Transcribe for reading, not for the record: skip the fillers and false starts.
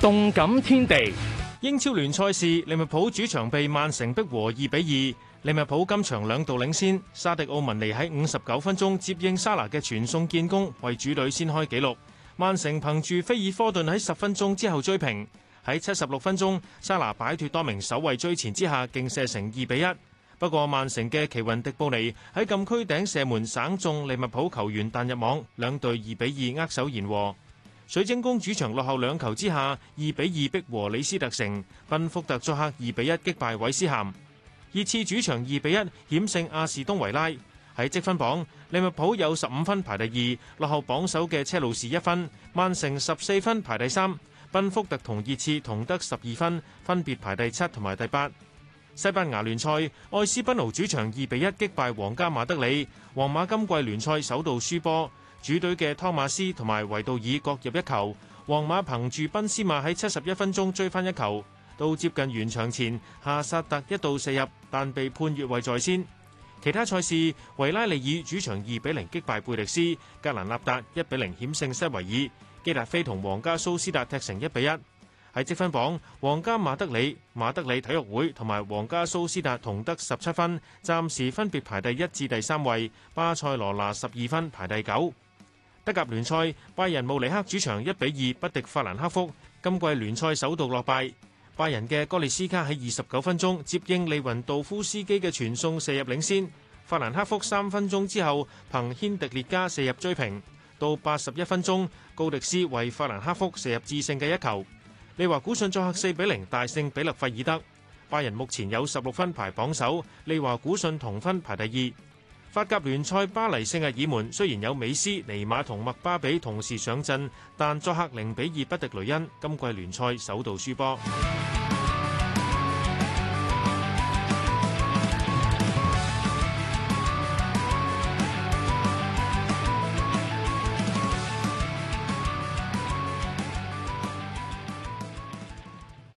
動感天地， 英超聯賽事，利物浦主場被曼城逼和2-2。利物浦今場2度領先，沙迪奧文尼喺59分鐘接應沙拿嘅傳送建功，為主隊先開紀錄。曼城憑住菲爾科頓喺10分鐘之後追平，喺76分鐘，沙拿擺脫多名守衛追前之下，勁射成2-1。不過曼城嘅奇雲迪布尼喺禁區頂射門省中利物浦球員彈入網，兩隊2-2握手言和。水晶宮主場落後2球之下，2-2逼和李斯特城。賓福特作客2-1擊敗韋斯咸。熱刺主場2-1險勝阿士東維拉。喺積分榜，利物浦有15分排第2，落後榜首嘅車路士1分。曼城14分排第3，賓福特同熱刺同得12分，分別排第7同埋第8。西班牙聯賽，愛斯賓奴主場2-1擊敗皇家馬德里。皇馬今季聯賽首度輸波。主隊嘅湯馬斯同埋維杜爾各入1球，皇馬憑住賓斯馬喺71分鐘追翻1球，到接近完場前，夏薩特一度射入，但被判越位在先。其他賽事，維拉利爾主場2-0擊敗貝迪斯，格蘭納達1-0險勝西維爾，基達菲同皇家蘇斯達踢成1-1。喺積分榜，皇家馬德里體育會同埋皇家蘇斯達同得17分，暫時分別排第1至第3位。巴塞羅那12分排第9。德甲聯賽，拜仁慕尼黑主場1-2不敵法蘭克福，今季聯賽首度落敗。拜仁嘅哥列斯卡喺29分鐘接應利雲道夫斯基嘅傳送射入領先，法蘭克福3分鐘之後憑軒迪列加射入追平。到81分鐘，高迪斯為法蘭克福射入致勝嘅1球。利華古遜作客4-0大勝比勒費爾德。拜仁目前有16分排榜首，利華古遜同分排第2。法甲聯賽，巴黎聖日耳門雖然有美斯、尼馬同麥巴比同時上陣，但作客0-2不敵雷恩，今季聯賽首度輸波。